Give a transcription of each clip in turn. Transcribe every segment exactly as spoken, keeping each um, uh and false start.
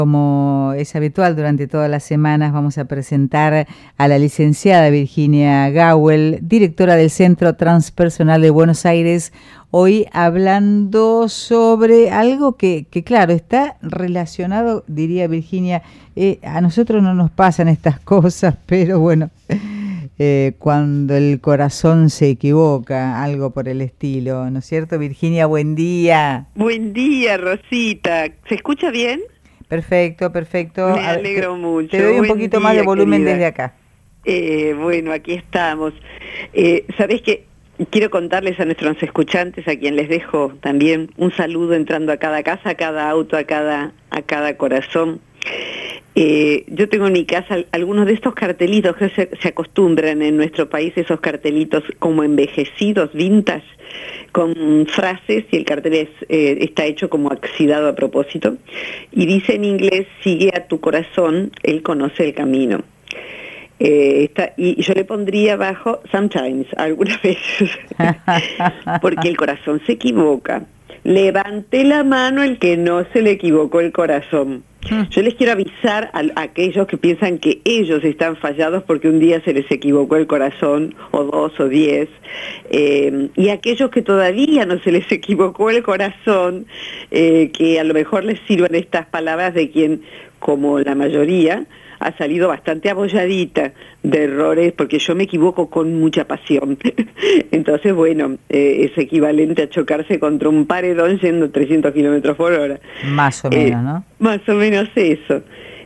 Como es habitual durante todas las semanas, vamos a presentar a la licenciada Virginia Gawel, directora del Centro Transpersonal de Buenos Aires, hoy hablando sobre algo que, que claro, está relacionado, diría Virginia, eh, a nosotros no nos pasan estas cosas, pero bueno, eh, cuando el corazón se equivoca, algo por el estilo, ¿no es cierto, Virginia? Buen día. Buen día, Rosita. ¿Se escucha bien? Perfecto, perfecto. Me alegro te, mucho. Te doy un Buen poquito día, más de volumen querida. desde acá. Eh, bueno, aquí estamos. Eh, ¿Sabés qué? Quiero contarles a nuestros escuchantes, a quien les dejo también un saludo entrando a cada casa, a cada auto, a cada, a cada corazón. Eh, yo tengo en mi casa algunos de estos cartelitos que se, se acostumbran en nuestro país, esos cartelitos como envejecidos, vintage, con frases, y el cartel es, eh, está hecho como oxidado a propósito, y dice en inglés: sigue a tu corazón, él conoce el camino. Eh, está, y yo le pondría abajo sometimes, algunas veces, porque el corazón se equivoca. Levante la mano el que no se le equivocó el corazón. Yo les quiero avisar a, a aquellos que piensan que ellos están fallados porque un día se les equivocó el corazón, o dos o diez, eh, y a aquellos que todavía no se les equivocó el corazón, eh, que a lo mejor les sirvan estas palabras de quien, como la mayoría, ha salido bastante abolladita de errores, porque yo me equivoco con mucha pasión. Entonces, bueno, eh, es equivalente a chocarse contra un paredón yendo trescientos kilómetros por hora. Más o menos, eh, ¿no? Más o menos eso.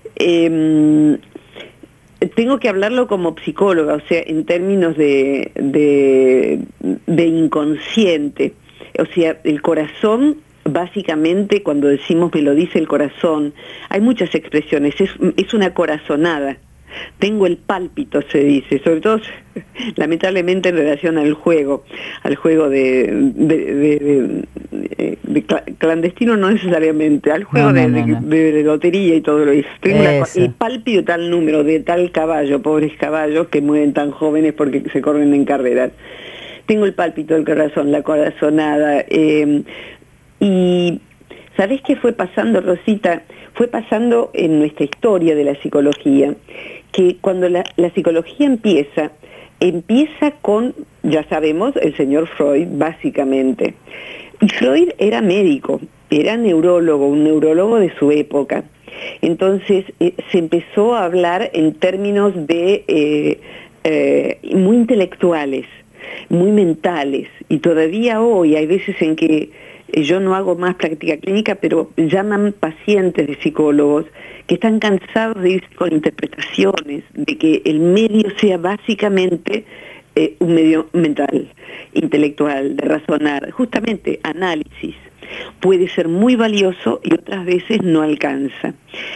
Eh, tengo que hablarlo como psicóloga, o sea, en términos de, de, de inconsciente. O sea, el corazón, básicamente, cuando decimos me lo dice el corazón, hay muchas expresiones, es, es una corazonada. Tengo el pálpito, se dice, sobre todo, lamentablemente, en relación al juego, al juego de, de, de, de, de clandestino, no necesariamente, al juego no, no, de, no, no. De, de lotería y todo lo eso. Tengo una, el pálpito de tal número, de tal caballo, pobres caballos que mueren tan jóvenes porque se corren en carreras. Tengo el pálpito del corazón, la corazonada. Eh, y ¿sabés qué fue pasando, Rosita? Fue pasando en nuestra historia de la psicología, que cuando la, la psicología empieza, empieza con, ya sabemos, el señor Freud, básicamente. Y Freud era médico, era neurólogo, un neurólogo de su época. Entonces eh, se empezó a hablar en términos de eh, eh, muy intelectuales, muy mentales, y todavía hoy hay veces en que yo no hago más práctica clínica, pero llaman pacientes de psicólogos que están cansados de irse con interpretaciones, de que el medio sea básicamente eh, un medio mental, intelectual, de razonar, justamente análisis. Puede ser muy valioso y otras veces no alcanza.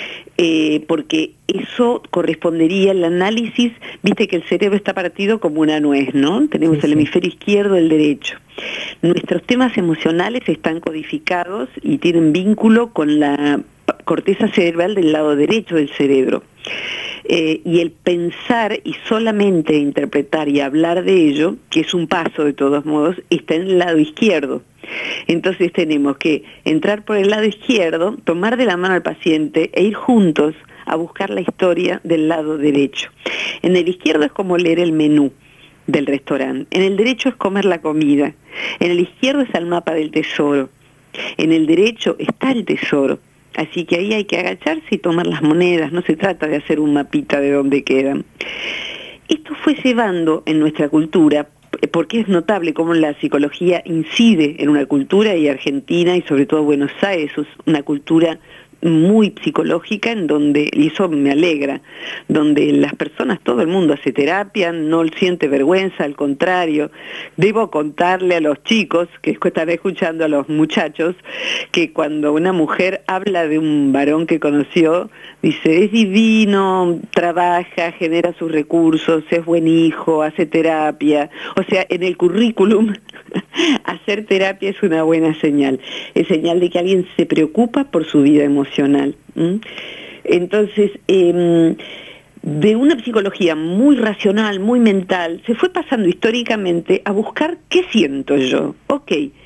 Eh, porque eso correspondería al análisis, viste que el cerebro está partido como una nuez, ¿no? Tenemos sí, el hemisferio sí. izquierdo y el derecho. Nuestros temas emocionales están codificados y tienen vínculo con la corteza cerebral del lado derecho del cerebro. Eh, y el pensar y solamente interpretar y hablar de ello, que es un paso de todos modos, está en el lado izquierdo. Entonces tenemos que entrar por el lado izquierdo, tomar de la mano al paciente e ir juntos a buscar la historia del lado derecho. En el izquierdo es como leer el menú del restaurante, en el derecho es comer la comida, en el izquierdo es el mapa del tesoro, en el derecho está el tesoro. Así que ahí hay que agacharse y tomar las monedas, no se trata de hacer un mapita de dónde quedan. Esto fue llevando en nuestra cultura, porque es notable cómo la psicología incide en una cultura, y Argentina y sobre todo Buenos Aires es una cultura muy psicológica, en donde, y eso me alegra, donde las personas, todo el mundo hace terapia, no siente vergüenza, al contrario. Debo contarle a los chicos que están escuchando, a los muchachos, que cuando una mujer habla de un varón que conoció, dice, es divino, trabaja, genera sus recursos, es buen hijo, hace terapia. O sea, en el currículum, hacer terapia es una buena señal. Es señal de que alguien se preocupa por su vida emocional. ¿Mm? Entonces, eh, de una psicología muy racional, muy mental, se fue pasando históricamente a buscar qué siento yo. Ok,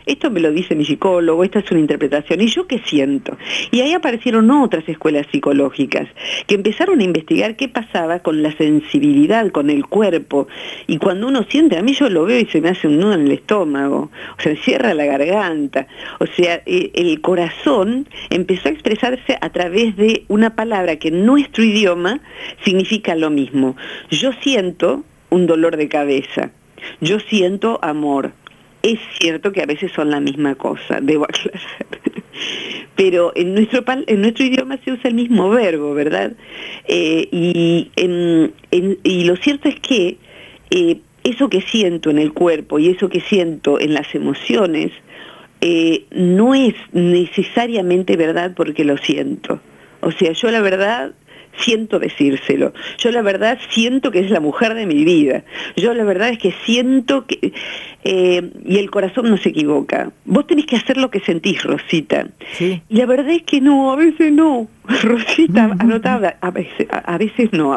esto me lo dice mi psicólogo, esta es una interpretación, ¿y yo qué siento? Y ahí aparecieron otras escuelas psicológicas que empezaron a investigar qué pasaba con la sensibilidad, con el cuerpo, y cuando uno siente, a mí yo lo veo y se me hace un nudo en el estómago, o sea, cierra la garganta, o sea, el corazón empezó a expresarse a través de una palabra que en nuestro idioma significa lo mismo. Yo siento un dolor de cabeza, yo siento amor. Es cierto que a veces son la misma cosa, debo aclarar, pero en nuestro en nuestro idioma se usa el mismo verbo, ¿verdad? Eh, y, en, en, y lo cierto es que eh, eso que siento en el cuerpo y eso que siento en las emociones eh, no es necesariamente verdad porque lo siento. O sea, yo la verdad siento decírselo. Yo la verdad siento que es la mujer de mi vida. Yo la verdad es que siento que... Eh, y el corazón no se equivoca. Vos tenés que hacer lo que sentís, Rosita. ¿Sí? Y la verdad es que no, a veces no. Rosita, mm-hmm. anotada, a veces, a, a veces no.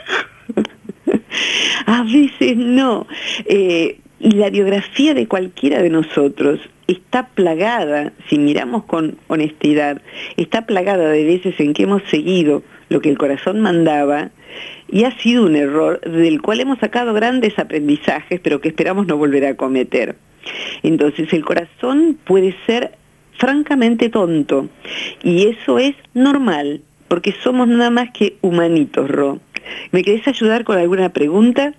A veces no. Eh, y la biografía de cualquiera de nosotros está plagada, si miramos con honestidad, está plagada de veces en que hemos seguido lo que el corazón mandaba y ha sido un error del cual hemos sacado grandes aprendizajes, pero que esperamos no volver a cometer. Entonces el corazón puede ser francamente tonto y eso es normal, porque somos nada más que humanitos, Ro. ¿Me querés ayudar con alguna pregunta?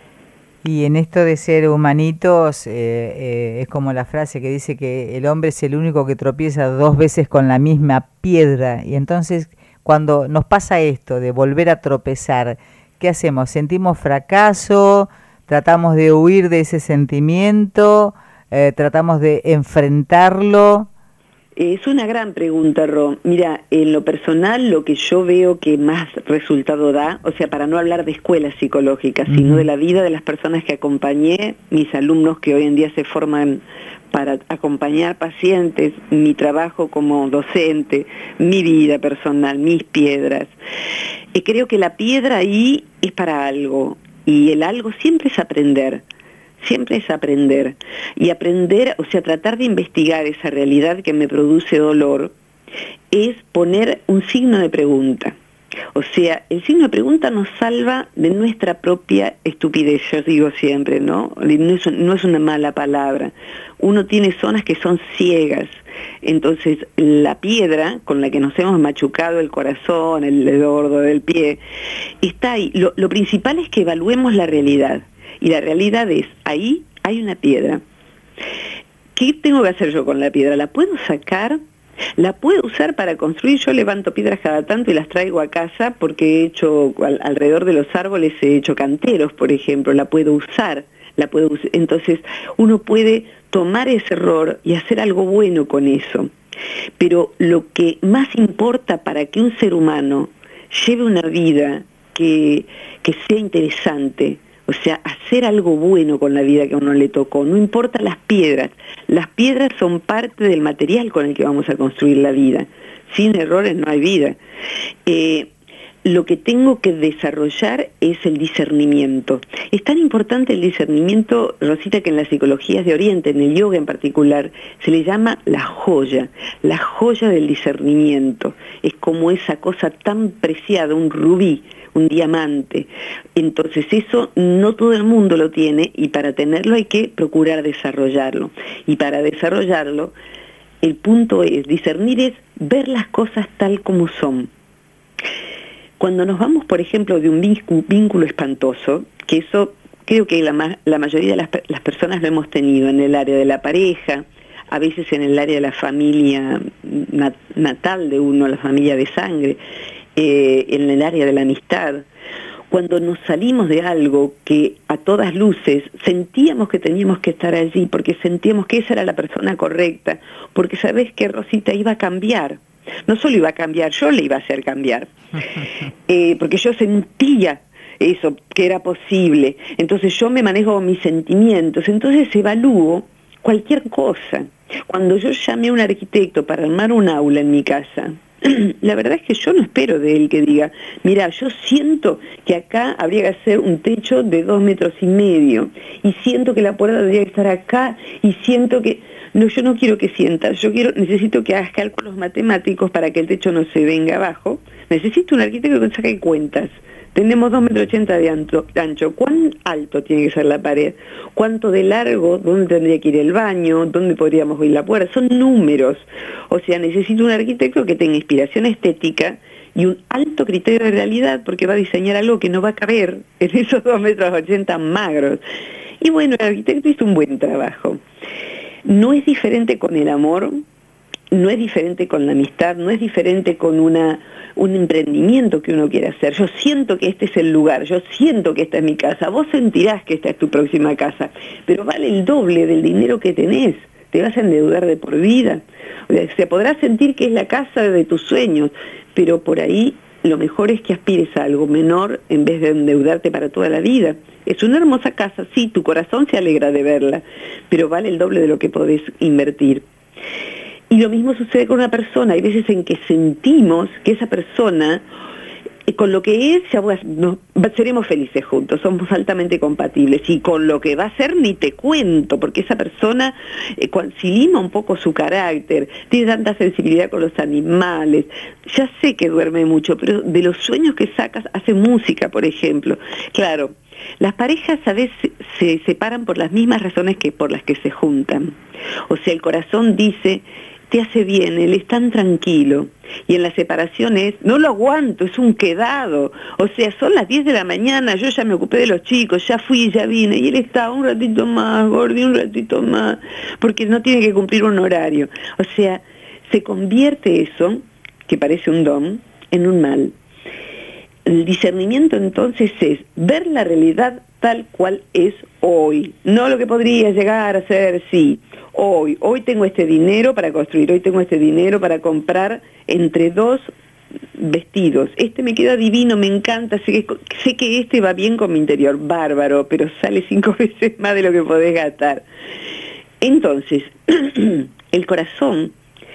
Y en esto de ser humanitos, eh, eh, es como la frase que dice que el hombre es el único que tropieza dos veces con la misma piedra. Y entonces, cuando nos pasa esto de volver a tropezar, ¿qué hacemos? ¿Sentimos fracaso? ¿Tratamos de huir de ese sentimiento? Eh, ¿Tratamos de enfrentarlo? Es una gran pregunta, Ro. Mira, en lo personal, lo que yo veo que más resultado da, o sea, para no hablar de escuelas psicológicas, uh-huh. sino de la vida de las personas que acompañé, mis alumnos que hoy en día se forman para acompañar pacientes, mi trabajo como docente, mi vida personal, mis piedras. Y creo que la piedra ahí es para algo, y el algo siempre es aprender. Siempre es aprender, y aprender, o sea, tratar de investigar esa realidad que me produce dolor, es poner un signo de pregunta. O sea, el signo de pregunta nos salva de nuestra propia estupidez, yo digo siempre, ¿no? No es, no es una mala palabra. Uno tiene zonas que son ciegas, entonces la piedra con la que nos hemos machucado el corazón, el gordo del pie, está ahí. Lo, lo principal es que evaluemos la realidad. Y la realidad es, ahí hay una piedra. ¿Qué tengo que hacer yo con la piedra? ¿La puedo sacar? ¿La puedo usar para construir? Yo levanto piedras cada tanto y las traigo a casa porque he hecho, al, alrededor de los árboles he hecho canteros, por ejemplo. La puedo usar. La puedo us- Entonces, uno puede tomar ese error y hacer algo bueno con eso. Pero lo que más importa para que un ser humano lleve una vida que, que sea interesante, o sea, hacer algo bueno con la vida que a uno le tocó, no importa las piedras, las piedras son parte del material con el que vamos a construir la vida, sin errores no hay vida. Eh, lo que tengo que desarrollar es el discernimiento. Es tan importante el discernimiento, Rosita, que en las psicologías de Oriente, en el yoga en particular, se le llama la joya, la joya del discernimiento. Es como esa cosa tan preciada, un rubí, un diamante. Entonces eso no todo el mundo lo tiene y para tenerlo hay que procurar desarrollarlo. Y para desarrollarlo, el punto es, discernir es ver las cosas tal como son. Cuando nos vamos, por ejemplo, de un vínculo espantoso, que eso creo que la, ma- la mayoría de las, las personas lo hemos tenido en el área de la pareja, a veces en el área de la familia nat- natal de uno, la familia de sangre, eh, en el área de la amistad. Cuando nos salimos de algo que a todas luces sentíamos que teníamos que estar allí, porque sentíamos que esa era la persona correcta, porque sabés que Rosita iba a cambiar. No solo iba a cambiar, yo le iba a hacer cambiar, eh, porque yo sentía eso, que era posible. Entonces yo me manejo con mis sentimientos, entonces evalúo cualquier cosa. Cuando yo llamé a un arquitecto para armar un aula en mi casa, la verdad es que yo no espero de él que diga, mira, yo siento que acá habría que hacer un techo de dos metros y medio, y siento que la puerta debería estar acá, y siento que... no, yo no quiero que sientas, yo quiero, necesito que hagas cálculos matemáticos para que el techo no se venga abajo, necesito un arquitecto que saque cuentas. Tenemos dos metros ochenta de ancho, ancho, ¿cuán alto tiene que ser la pared? ¿Cuánto de largo? ¿Dónde tendría que ir el baño? ¿Dónde podríamos ver la puerta? Son números, o sea, necesito un arquitecto que tenga inspiración estética y un alto criterio de realidad, porque va a diseñar algo que no va a caber en esos dos metros ochenta magros. Y bueno, el arquitecto hizo un buen trabajo. No es diferente con el amor, no es diferente con la amistad, no es diferente con una un emprendimiento que uno quiere hacer. Yo siento que este es el lugar, yo siento que esta es mi casa, vos sentirás que esta es tu próxima casa, pero vale el doble del dinero que tenés, te vas a endeudar de por vida. O sea, se podrá sentir que es la casa de tus sueños, pero por ahí lo mejor es que aspires a algo menor en vez de endeudarte para toda la vida. Es una hermosa casa, sí, tu corazón se alegra de verla, pero vale el doble de lo que podés invertir. Y lo mismo sucede con una persona. Hay veces en que sentimos que esa persona, con lo que es, ya no, seremos felices juntos, somos altamente compatibles. Y con lo que va a ser ni te cuento, porque esa persona eh, si lima un poco su carácter, tiene tanta sensibilidad con los animales. Ya sé que duerme mucho, pero de los sueños que sacas, hace música, por ejemplo. Claro, las parejas a veces se separan por las mismas razones que por las que se juntan. O sea, el corazón dice, te hace bien, él es tan tranquilo. Y en la separación es, no lo aguanto, es un quedado. O sea, son las diez de la mañana, yo ya me ocupé de los chicos, ya fui, ya vine, y él está un ratito más, Gordi, un ratito más, porque no tiene que cumplir un horario. O sea, se convierte eso, que parece un don, en un mal. El discernimiento entonces es ver la realidad tal cual es hoy, no lo que podría llegar a ser, sí, hoy, hoy tengo este dinero para construir, hoy tengo este dinero para comprar entre dos vestidos, este me queda divino, me encanta, sé que, sé que este va bien con mi interior, bárbaro, pero sale cinco veces más de lo que podés gastar. Entonces, el corazón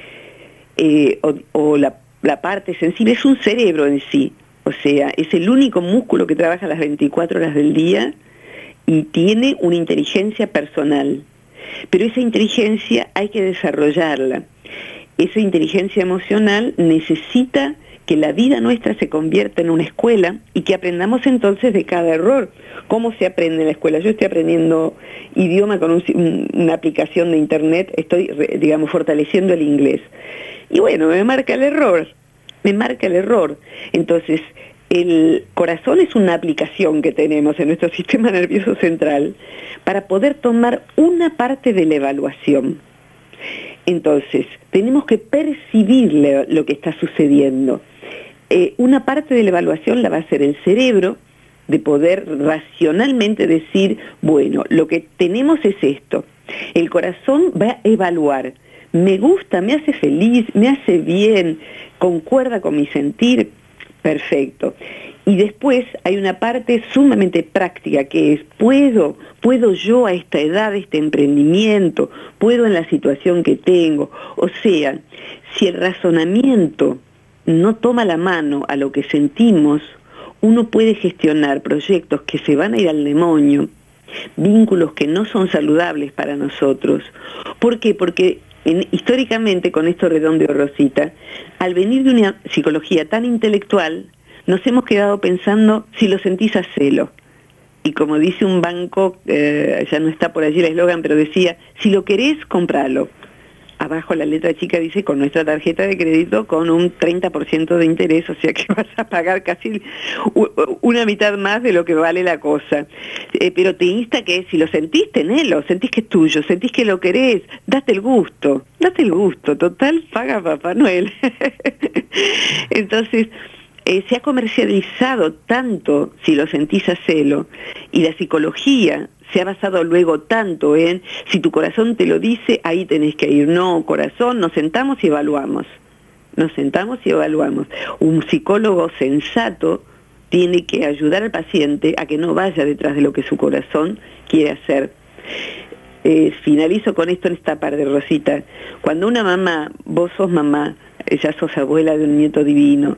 eh, o, o la, la parte sensible es un cerebro en sí. O sea, es el único músculo que trabaja las veinticuatro horas del día y tiene una inteligencia personal. Pero esa inteligencia hay que desarrollarla. Esa inteligencia emocional necesita que la vida nuestra se convierta en una escuela y que aprendamos entonces de cada error. ¿Cómo se aprende en la escuela? Yo estoy aprendiendo idioma con un, una aplicación de internet, estoy, digamos, fortaleciendo el inglés. Y bueno, me marca el error. me marca el error. Entonces, el corazón es una aplicación que tenemos en nuestro sistema nervioso central para poder tomar una parte de la evaluación. Entonces, tenemos que percibir lo que está sucediendo. Eh, una parte de la evaluación la va a hacer el cerebro, de poder racionalmente decir, bueno, lo que tenemos es esto. El corazón va a evaluar. Me gusta, me hace feliz, me hace bien, concuerda con mi sentir, perfecto. Y después hay una parte sumamente práctica que es, ¿puedo, puedo yo a esta edad, este emprendimiento? ¿Puedo en la situación que tengo? O sea, si el razonamiento no toma la mano a lo que sentimos, uno puede gestionar proyectos que se van a ir al demonio, vínculos que no son saludables para nosotros. ¿Por qué? Porque En, históricamente, con esto redondeo, Rosita, al venir de una psicología tan intelectual, nos hemos quedado pensando si lo sentís a celo. Y como dice un banco, eh, ya no está por allí el eslogan, pero decía, si lo querés, compralo. Abajo la letra chica dice, con nuestra tarjeta de crédito con un treinta por ciento de interés, o sea que vas a pagar casi una mitad más de lo que vale la cosa. Eh, pero te insta que si lo sentís, tenelo, sentís que es tuyo, sentís que lo querés, date el gusto, date el gusto, total, paga Papá Noel. Entonces, eh, se ha comercializado tanto, si lo sentís a celo, y la psicología se ha basado luego tanto en, si tu corazón te lo dice, ahí tenés que ir. No, corazón, nos sentamos y evaluamos. Nos sentamos y evaluamos. Un psicólogo sensato tiene que ayudar al paciente a que no vaya detrás de lo que su corazón quiere hacer. Eh, finalizo con esto en esta parte, Rosita. Cuando una mamá, vos sos mamá, ya sos abuela de un nieto divino,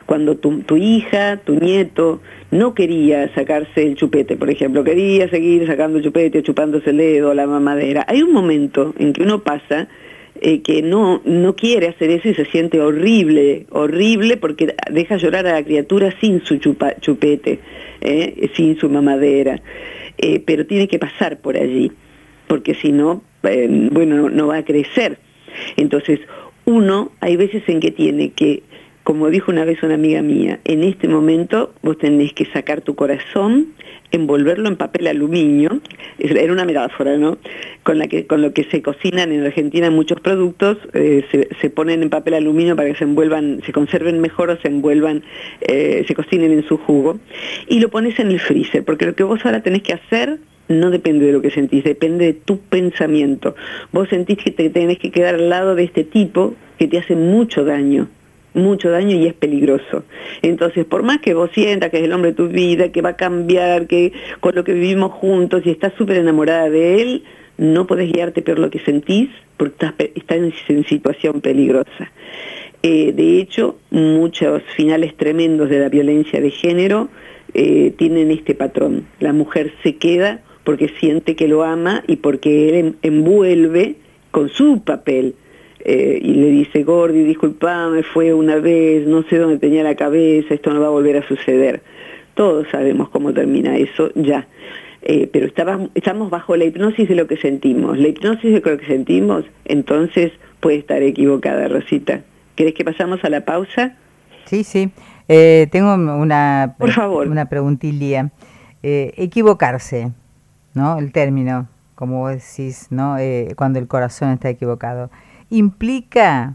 Cuando tu, tu hija, tu nieto, no quería sacarse el chupete, por ejemplo, quería seguir sacando el chupete, chupándose el dedo, la mamadera. Hay un momento en que uno pasa eh, que no, no quiere hacer eso y se siente horrible, horrible porque deja llorar a la criatura sin su chupa, chupete, eh, sin su mamadera. Eh, pero tiene que pasar por allí, porque si no, eh, bueno, no va a crecer. Entonces, uno, hay veces en que tiene que, como dijo una vez una amiga mía, en este momento vos tenés que sacar tu corazón, envolverlo en papel aluminio, era una metáfora, ¿no? Con la que con lo que se cocinan en Argentina muchos productos, eh, se, se ponen en papel aluminio para que se envuelvan, se conserven mejor o se envuelvan, eh, se cocinen en su jugo, y lo pones en el freezer, porque lo que vos ahora tenés que hacer no depende de lo que sentís, depende de tu pensamiento. Vos sentís que te tenés que quedar al lado de este tipo que te hace mucho daño, mucho daño y es peligroso. Entonces, por más que vos sientas que es el hombre de tu vida, que va a cambiar, que con lo que vivimos juntos y estás súper enamorada de él, no podés guiarte por lo que sentís porque estás, estás en, en situación peligrosa. Eh, de hecho, muchos finales tremendos de la violencia de género eh, tienen este patrón. La mujer se queda porque siente que lo ama y porque él envuelve con su papel. Eh, y le dice, Gordi, disculpame, fue una vez, no sé dónde tenía la cabeza, esto no va a volver a suceder. Todos sabemos cómo termina eso ya. Eh, pero estaba, estamos bajo la hipnosis de lo que sentimos. La hipnosis de lo que sentimos, entonces puede estar equivocada, Rosita. ¿Querés que pasamos a la pausa? Sí, sí. Eh, tengo una, Por favor. una preguntilla. Eh, equivocarse, ¿no? El término, como vos decís, ¿no? Eh, cuando el corazón está equivocado. ¿Implica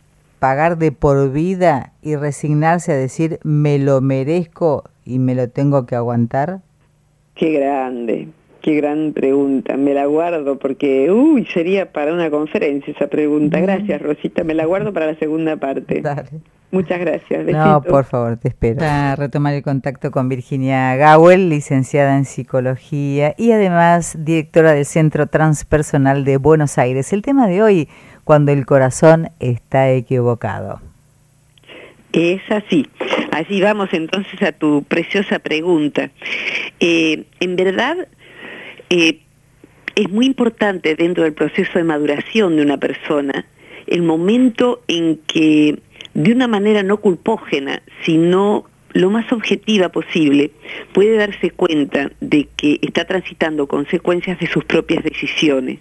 pagar de por vida y resignarse a decir me lo merezco y me lo tengo que aguantar? Qué grande, qué gran pregunta. Me la guardo porque, uy, sería para una conferencia esa pregunta. Gracias, Rosita, me la guardo para la segunda parte. Dale. Muchas gracias. Besitos. No, por favor, te espero. Para retomar el contacto con Virginia Gawel, licenciada en Psicología y además directora del Centro Transpersonal de Buenos Aires. El tema de hoy, cuando el corazón está equivocado. Es así. Así vamos entonces a tu preciosa pregunta. Eh, en verdad, eh, es muy importante dentro del proceso de maduración de una persona el momento en que, de una manera no culpógena, sino lo más objetiva posible, puede darse cuenta de que está transitando consecuencias de sus propias decisiones.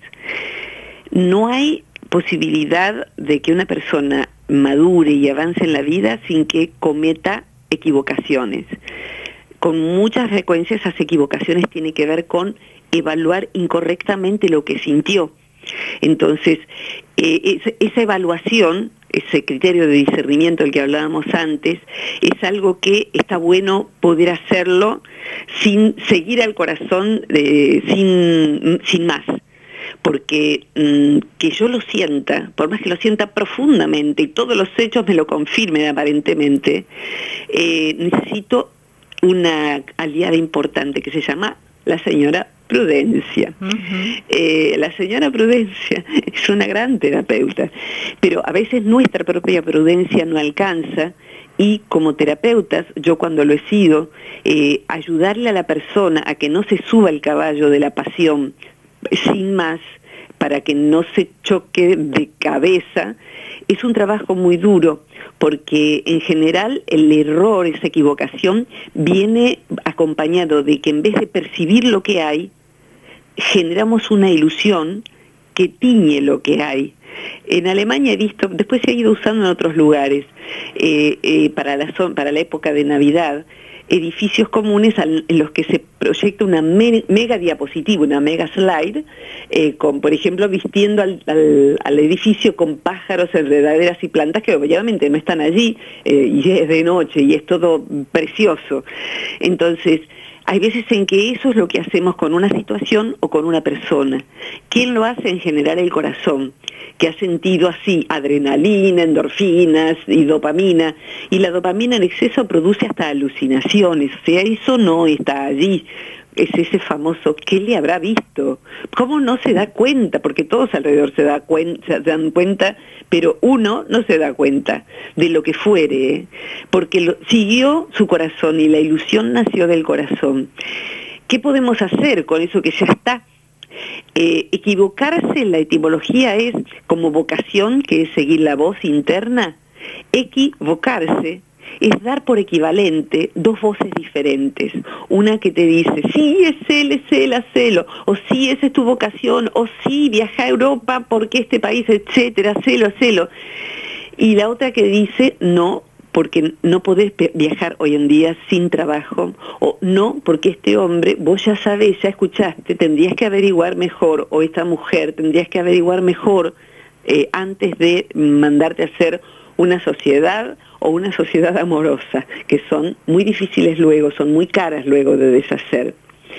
No hay posibilidad de que una persona madure y avance en la vida sin que cometa equivocaciones. Con muchas frecuencias esas equivocaciones tienen que ver con evaluar incorrectamente lo que sintió. Entonces, eh, es, esa evaluación, ese criterio de discernimiento del que hablábamos antes, es algo que está bueno poder hacerlo sin seguir al corazón, eh, sin, sin más. Porque mmm, que yo lo sienta, por más que lo sienta profundamente y todos los hechos me lo confirmen aparentemente, eh, necesito una aliada importante que se llama la señora Prudencia. Uh-huh. Eh, la señora Prudencia es una gran terapeuta, pero a veces nuestra propia prudencia no alcanza y como terapeutas, yo cuando lo he sido, eh, ayudarle a la persona a que no se suba el caballo de la pasión sin más, para que no se choque de cabeza, es un trabajo muy duro, porque en general el error, esa equivocación, viene acompañado de que en vez de percibir lo que hay, generamos una ilusión que tiñe lo que hay. En Alemania he visto, después se ha ido usando en otros lugares, eh, eh, para, la, para la época de Navidad, edificios comunes al, en los que se proyecta una me, mega diapositiva, una mega slide, eh, con, por ejemplo, vistiendo al, al, al edificio con pájaros, enredaderas y plantas que obviamente no están allí, eh, y es de noche y es todo precioso. Entonces, hay veces en que eso es lo que hacemos con una situación o con una persona. ¿Quién lo hace? En general el corazón, que ha sentido así adrenalina, endorfinas y dopamina, y la dopamina en exceso produce hasta alucinaciones, o sea, eso no está allí. es ese famoso ¿qué le habrá visto? ¿Cómo no se da cuenta? Porque todos alrededor se, da cuen- se dan cuenta, pero uno no se da cuenta de lo que fuere, ¿eh? Porque lo, siguió su corazón y la ilusión nació del corazón. ¿Qué podemos hacer con eso que ya está? Eh, equivocarse, la etimología es como vocación, que es seguir la voz interna. Equivocarse es dar por equivalente dos voces diferentes, una que te dice, sí, es él, es él, hacelo, o sí, esa es tu vocación, o sí, viaja a Europa porque este país, etcétera, hacelo, hacelo, y la otra que dice, no, porque no podés viajar hoy en día sin trabajo, o no, porque este hombre, vos ya sabés, ya escuchaste, tendrías que averiguar mejor, o esta mujer, tendrías que averiguar mejor eh, antes de mandarte a hacer una sociedad o una sociedad amorosa, que son muy difíciles luego, son muy caras luego de deshacer.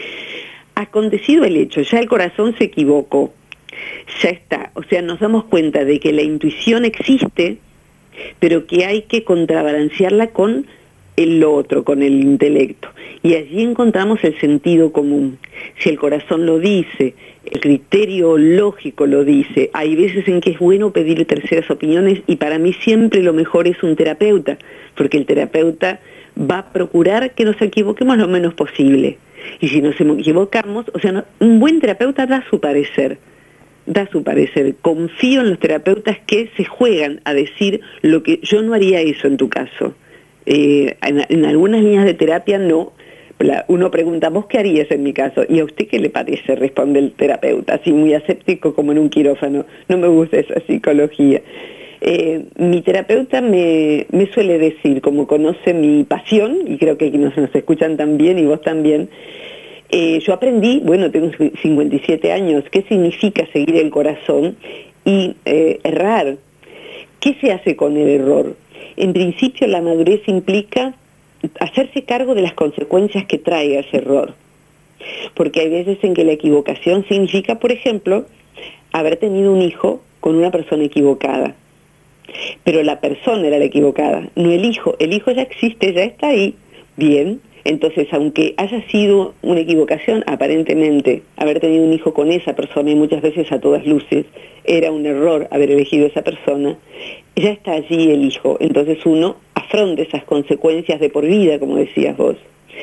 Acontecido el hecho, ya el corazón se equivocó, ya está, o sea, nos damos cuenta de que la intuición existe, pero que hay que contrabalancearla con el otro, con el intelecto. Y allí encontramos el sentido común. Si el corazón lo dice, el criterio lógico lo dice, hay veces en que es bueno pedir terceras opiniones y para mí siempre lo mejor es un terapeuta, porque el terapeuta va a procurar que nos equivoquemos lo menos posible. Y si nos equivocamos, o sea, no, un buen terapeuta da su parecer. da su parecer. Confío en los terapeutas que se juegan a decir lo que yo no haría eso en tu caso. Eh, en, en algunas líneas de terapia no. La, uno pregunta, ¿vos qué harías en mi caso? ¿Y a usted qué le parece? Responde el terapeuta, así muy aséptico como en un quirófano. No me gusta esa psicología. Eh, mi terapeuta me, me suele decir, como conoce mi pasión, y creo que nos, nos escuchan también, y vos también, Eh, yo aprendí, bueno, tengo cincuenta y siete años, qué significa seguir el corazón y eh, errar. ¿Qué se hace con el error? En principio la madurez implica hacerse cargo de las consecuencias que traiga ese error. Porque hay veces en que la equivocación significa, por ejemplo, haber tenido un hijo con una persona equivocada. Pero la persona era la equivocada, no el hijo. El hijo ya existe, ya está ahí. Bien. Entonces, aunque haya sido una equivocación, aparentemente, haber tenido un hijo con esa persona, y muchas veces a todas luces, era un error haber elegido esa persona, ya está allí el hijo. Entonces uno afronta esas consecuencias de por vida, como decías vos.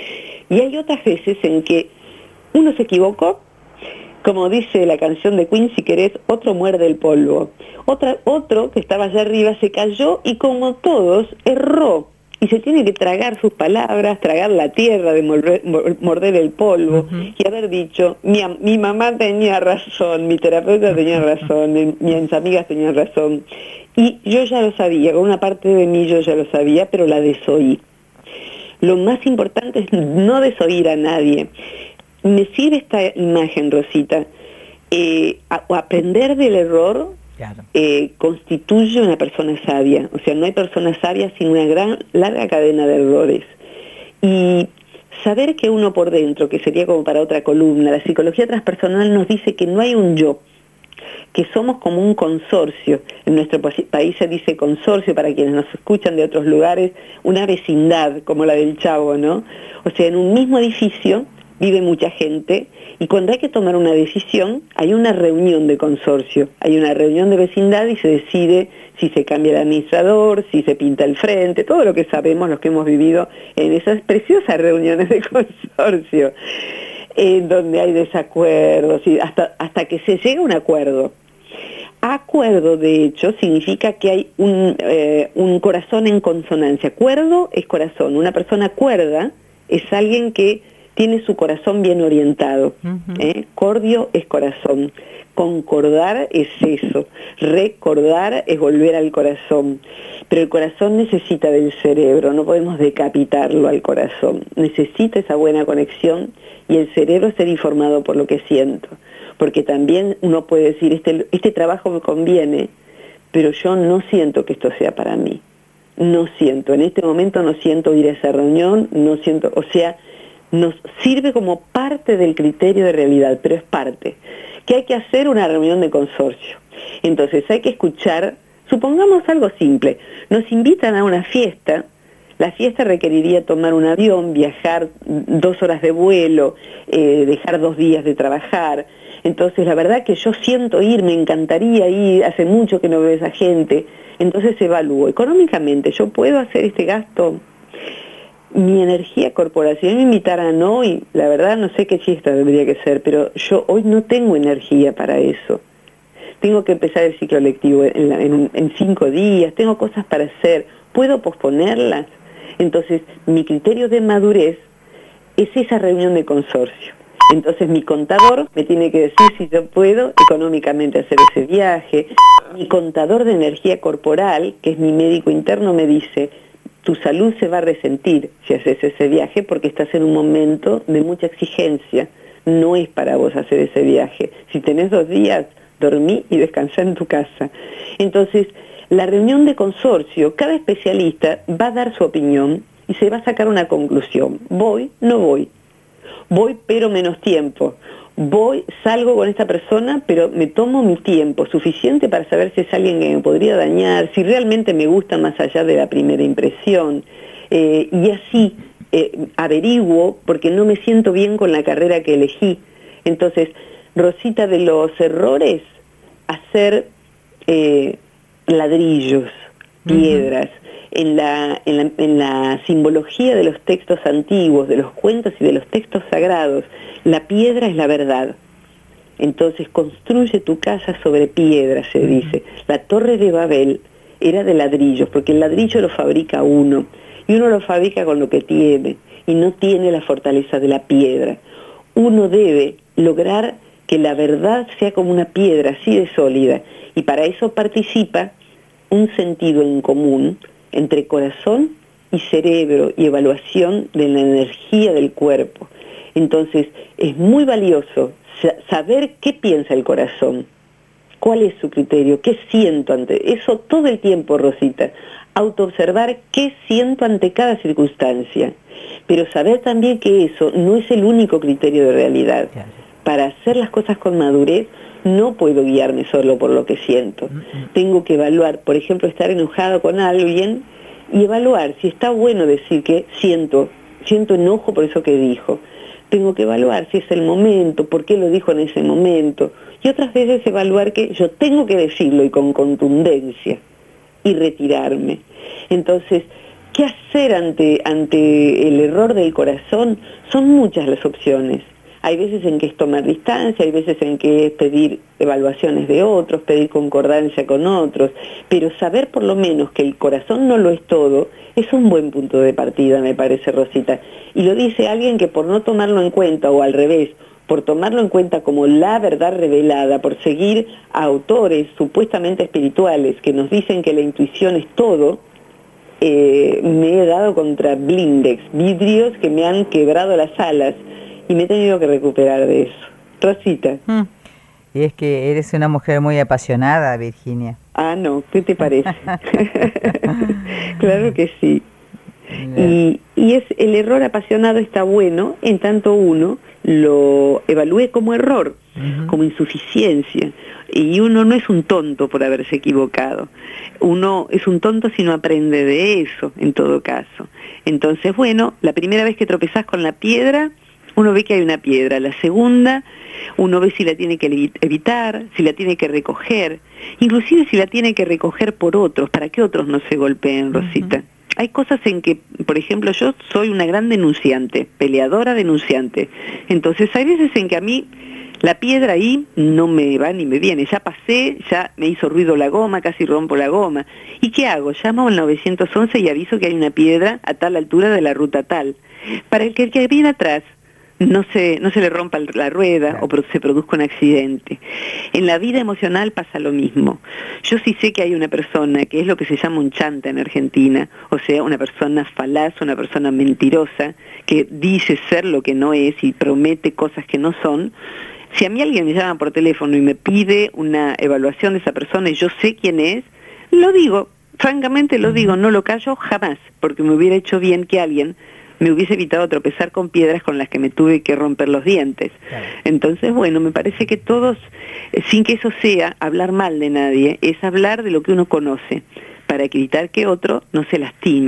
Y hay otras veces en que uno se equivocó, como dice la canción de Queen, si querés, otro muerde el polvo. Otra, otro que estaba allá arriba se cayó y como todos, erró. Y se tiene que tragar sus palabras, tragar la tierra, de morder, morder el polvo, uh-huh. y haber dicho, mi, mi mamá tenía razón, mi terapeuta tenía razón, mi, mis amigas tenían razón. Y yo ya lo sabía, con una parte de mí yo ya lo sabía, pero la desoí. Lo más importante es no desoír a nadie. Me sirve esta imagen, Rosita, eh, a, a aprender del error. Claro. Eh, constituye una persona sabia. O sea, no hay persona sabia sin una gran, larga cadena de errores. Y saber que uno por dentro, que sería como para otra columna, la psicología transpersonal nos dice que no hay un yo, que somos como un consorcio. En nuestro país se dice consorcio, para quienes nos escuchan de otros lugares, una vecindad, como la del Chavo, ¿no? O sea, en un mismo edificio vive mucha gente, y cuando hay que tomar una decisión, hay una reunión de consorcio, hay una reunión de vecindad y se decide si se cambia el administrador, si se pinta el frente, todo lo que sabemos, los que hemos vivido en esas preciosas reuniones de consorcio, en donde hay desacuerdos, y hasta, hasta que se llega a un acuerdo. Acuerdo, de hecho, significa que hay un, eh, un corazón en consonancia. Cuerdo es corazón, una persona cuerda es alguien que tiene su corazón bien orientado. Uh-huh. ¿eh? Cordio es corazón. Concordar es eso. Recordar es volver al corazón. Pero el corazón necesita del cerebro, no podemos decapitarlo al corazón. Necesita esa buena conexión y el cerebro ser informado por lo que siento. Porque también uno puede decir, este, este trabajo me conviene, pero yo no siento que esto sea para mí. No siento, en este momento no siento ir a esa reunión, no siento, o sea, nos sirve como parte del criterio de realidad, pero es parte. Que hay que hacer una reunión de consorcio. Entonces hay que escuchar, supongamos algo simple, nos invitan a una fiesta, La fiesta requeriría tomar un avión, viajar dos horas de vuelo, eh, dejar dos días de trabajar. Entonces, la verdad que yo siento ir, me encantaría ir, hace mucho que no veo a esa gente. Entonces evalúo, económicamente, ¿yo puedo hacer este gasto? Mi energía corporal, si me invitaran hoy, la verdad no sé qué fiesta tendría que ser, pero yo hoy no tengo energía para eso. Tengo que empezar el ciclo lectivo en, la, en, en cinco días, tengo cosas para hacer, ¿puedo posponerlas? Entonces, mi criterio de madurez es esa reunión de consorcio. Entonces, mi contador me tiene que decir si yo puedo económicamente hacer ese viaje. Mi contador de energía corporal, que es mi médico interno, me dice, tu salud se va a resentir si haces ese viaje porque estás en un momento de mucha exigencia. No es para vos hacer ese viaje. Si tenés dos días, dormí y descansá en tu casa. Entonces, la reunión de consorcio, cada especialista va a dar su opinión y se va a sacar una conclusión. Voy, no voy. Voy, pero menos tiempo. Voy, salgo con esta persona, pero me tomo mi tiempo suficiente para saber si es alguien que me podría dañar, si realmente me gusta más allá de la primera impresión. Eh, y así eh, averiguo, porque no me siento bien con la carrera que elegí. Entonces, Rosita, de los errores, hacer eh, ladrillos, piedras. Uh-huh. En la, en, la, en la simbología de los textos antiguos, de los cuentos y de los textos sagrados, la piedra es la verdad. Entonces, construye tu casa sobre piedra, se dice. La torre de Babel era de ladrillos, porque el ladrillo lo fabrica uno, y uno lo fabrica con lo que tiene, y no tiene la fortaleza de la piedra. Uno debe lograr que la verdad sea como una piedra así de sólida, y para eso participa un sentido en común entre corazón y cerebro y evaluación de la energía del cuerpo. Entonces, es muy valioso saber qué piensa el corazón, cuál es su criterio, qué siento ante eso todo el tiempo, Rosita. Autoobservar qué siento ante cada circunstancia, pero saber también que eso no es el único criterio de realidad. Para hacer las cosas con madurez, no puedo guiarme solo por lo que siento. Uh-huh. Tengo que evaluar, por ejemplo, estar enojado con alguien y evaluar si está bueno decir que siento, siento enojo por eso que dijo. Tengo que evaluar si es el momento, por qué lo dijo en ese momento. Y otras veces evaluar que yo tengo que decirlo y con contundencia y retirarme. Entonces, ¿qué hacer ante, ante el error del corazón? Son muchas las opciones. Hay veces en que es tomar distancia, hay veces en que es pedir evaluaciones de otros, pedir concordancia con otros, pero saber por lo menos que el corazón no lo es todo, es un buen punto de partida, me parece, Rosita. Y lo dice alguien que por no tomarlo en cuenta, o al revés, por tomarlo en cuenta como la verdad revelada, por seguir a autores supuestamente espirituales que nos dicen que la intuición es todo, eh, me he dado contra blindex, vidrios que me han quebrado las alas, y me he tenido que recuperar de eso. Rosita. Mm. Y es que eres una mujer muy apasionada, Virginia. Ah, no, ¿qué te parece? Claro que sí. Y, y es el error apasionado está bueno en tanto uno lo evalúe como error, uh-huh. como insuficiencia. Y uno no es un tonto por haberse equivocado. Uno es un tonto si no aprende de eso, en todo caso. Entonces, bueno, la primera vez que tropezás con la piedra, uno ve que hay una piedra. La segunda, uno ve si la tiene que evitar, si la tiene que recoger, inclusive si la tiene que recoger por otros, para que otros no se golpeen, Rosita. Uh-huh. Hay cosas en que, por ejemplo, yo soy una gran denunciante, peleadora denunciante. Entonces hay veces en que a mí la piedra ahí no me va ni me viene. Ya pasé, ya me hizo ruido la goma, casi rompo la goma. ¿Y qué hago? Llamo al nueve once y aviso que hay una piedra a tal altura de la ruta tal. Para el que, el que viene atrás no se, no se le rompa la rueda, claro, o pro, se produzca un accidente. En la vida emocional pasa lo mismo. Yo sí sé que hay una persona que es lo que se llama un chanta en Argentina, o sea, una persona falaz, una persona mentirosa, que dice ser lo que no es y promete cosas que no son. Si a mí alguien me llama por teléfono y me pide una evaluación de esa persona y yo sé quién es, lo digo, francamente lo digo, no lo callo jamás, porque me hubiera hecho bien que alguien me hubiese evitado tropezar con piedras con las que me tuve que romper los dientes. Claro. Entonces, bueno, me parece que todos, sin que eso sea hablar mal de nadie, es hablar de lo que uno conoce, para evitar que otro no se lastime.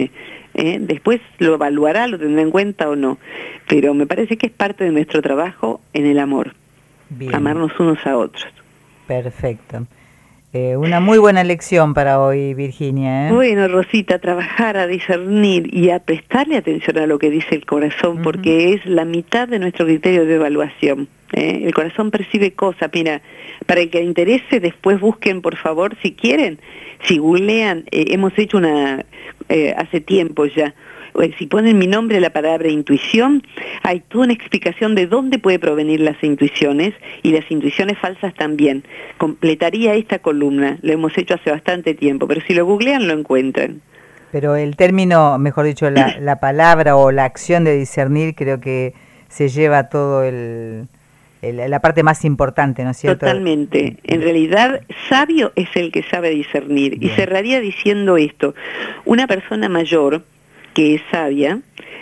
¿eh? Después lo evaluará, lo tendrá en cuenta o no, pero me parece que es parte de nuestro trabajo en el amor. Bien. Amarnos unos a otros. Perfecto. Eh, una muy buena lección para hoy, Virginia, ¿eh? Bueno, Rosita, trabajar, a discernir y a prestarle atención a lo que dice el corazón, uh-huh. porque es la mitad de nuestro criterio de evaluación. ¿eh? El corazón percibe cosas. Mira, para el que le interese, después busquen, por favor, si quieren, si googlean, eh, hemos hecho una, eh, hace tiempo ya, si ponen mi nombre la palabra intuición, hay toda una explicación de dónde puede provenir las intuiciones y las intuiciones falsas también. Completaría esta columna, lo hemos hecho hace bastante tiempo, pero si lo googlean lo encuentran. Pero el término, mejor dicho, la, la palabra o la acción de discernir creo que se lleva todo el... la parte más importante, ¿no es cierto? Totalmente. En realidad, sabio es el que sabe discernir. Bien. Y cerraría diciendo esto. Una persona mayor que es sabia,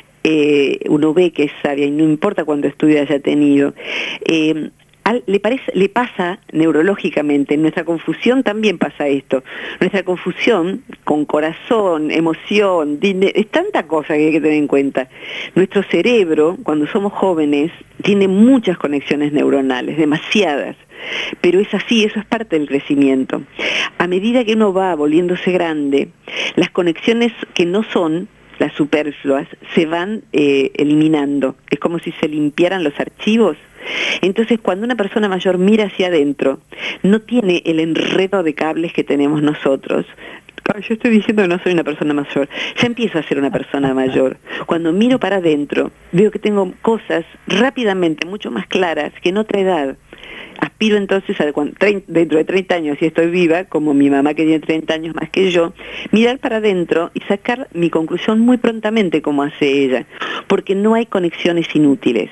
eh, uno ve que es sabia y no importa cuánto estudio haya tenido, eh, al, le, parece, le pasa neurológicamente, en nuestra confusión también pasa esto, nuestra confusión con corazón, emoción, dinero, es tanta cosa que hay que tener en cuenta. Nuestro cerebro, cuando somos jóvenes, tiene muchas conexiones neuronales, demasiadas. Pero es así, eso es parte del crecimiento. A medida que uno va volviéndose grande, las conexiones que no son las superfluas se van eh, eliminando. Es como si se limpiaran los archivos. Entonces, cuando una persona mayor mira hacia adentro, no tiene el enredo de cables que tenemos nosotros. Yo estoy diciendo que no soy una persona mayor. Ya empiezo a ser una persona mayor. Cuando miro para adentro, veo que tengo cosas rápidamente mucho más claras que en otra edad. Aspiro entonces a cuando, dentro de treinta años, si estoy viva, como mi mamá que tiene treinta años más que yo, mirar para adentro y sacar mi conclusión muy prontamente como hace ella, porque no hay conexiones inútiles.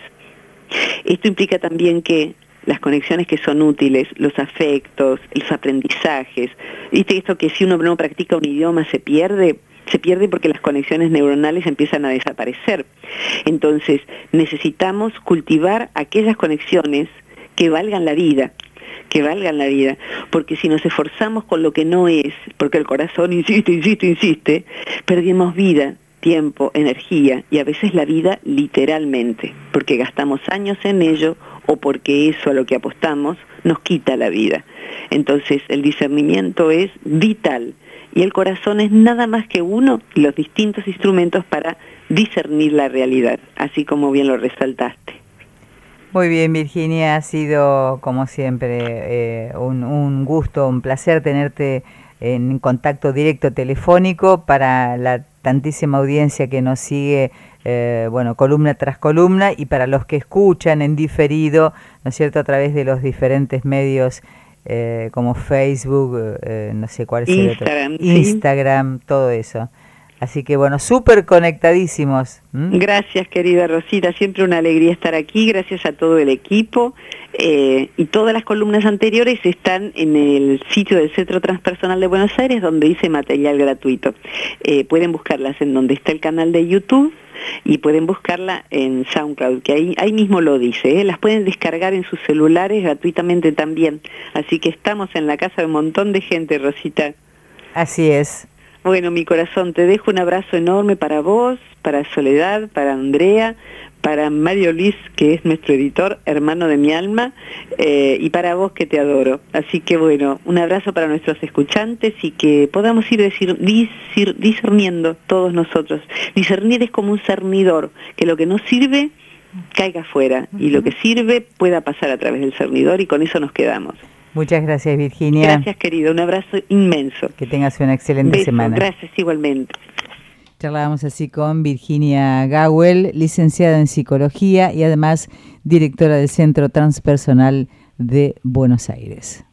Esto implica también que las conexiones que son útiles, los afectos, los aprendizajes, ¿viste esto que si uno no practica un idioma se pierde? Se pierde porque las conexiones neuronales empiezan a desaparecer. Entonces, necesitamos cultivar aquellas conexiones que valgan la vida, que valgan la vida, porque si nos esforzamos con lo que no es, porque el corazón insiste, insiste, insiste, perdemos vida, tiempo, energía y a veces la vida literalmente, porque gastamos años en ello o porque eso a lo que apostamos nos quita la vida. Entonces el discernimiento es vital y el corazón es nada más que uno de los distintos instrumentos para discernir la realidad, así como bien lo resaltaste. Muy bien, Virginia, ha sido como siempre eh, un, un gusto, un placer tenerte en contacto directo telefónico para la tantísima audiencia que nos sigue, eh, bueno, columna tras columna, y para los que escuchan en diferido, ¿no es cierto?, a través de los diferentes medios eh, como Facebook, eh, no sé cuál es el otro, Instagram, Instagram, todo eso. Así que bueno, súper conectadísimos. ¿Mm? Gracias, querida Rosita, siempre una alegría estar aquí, gracias a todo el equipo, eh, y todas las columnas anteriores están en el sitio del Centro Transpersonal de Buenos Aires, donde hice material gratuito. Eh, pueden buscarlas en donde está el canal de YouTube y pueden buscarla en SoundCloud, que ahí, ahí mismo lo dice, ¿eh? Las pueden descargar en sus celulares gratuitamente también. Así que estamos en la casa de un montón de gente, Rosita. Así es. Bueno, mi corazón, te dejo un abrazo enorme para vos, para Soledad, para Andrea, para Mario Luis, que es nuestro editor, hermano de mi alma, eh, y para vos que te adoro. Así que bueno, un abrazo para nuestros escuchantes y que podamos ir decir, disir, discerniendo todos nosotros. Discernir es como un cernidor, que lo que no sirve caiga afuera y lo que sirve pueda pasar a través del cernidor, y con eso nos quedamos. Muchas gracias, Virginia. Gracias, querida. Un abrazo inmenso. Que tengas una excelente Beso, semana. Gracias, igualmente. Charlábamos así con Virginia Gawel, licenciada en Psicología y además directora del Centro Transpersonal de Buenos Aires.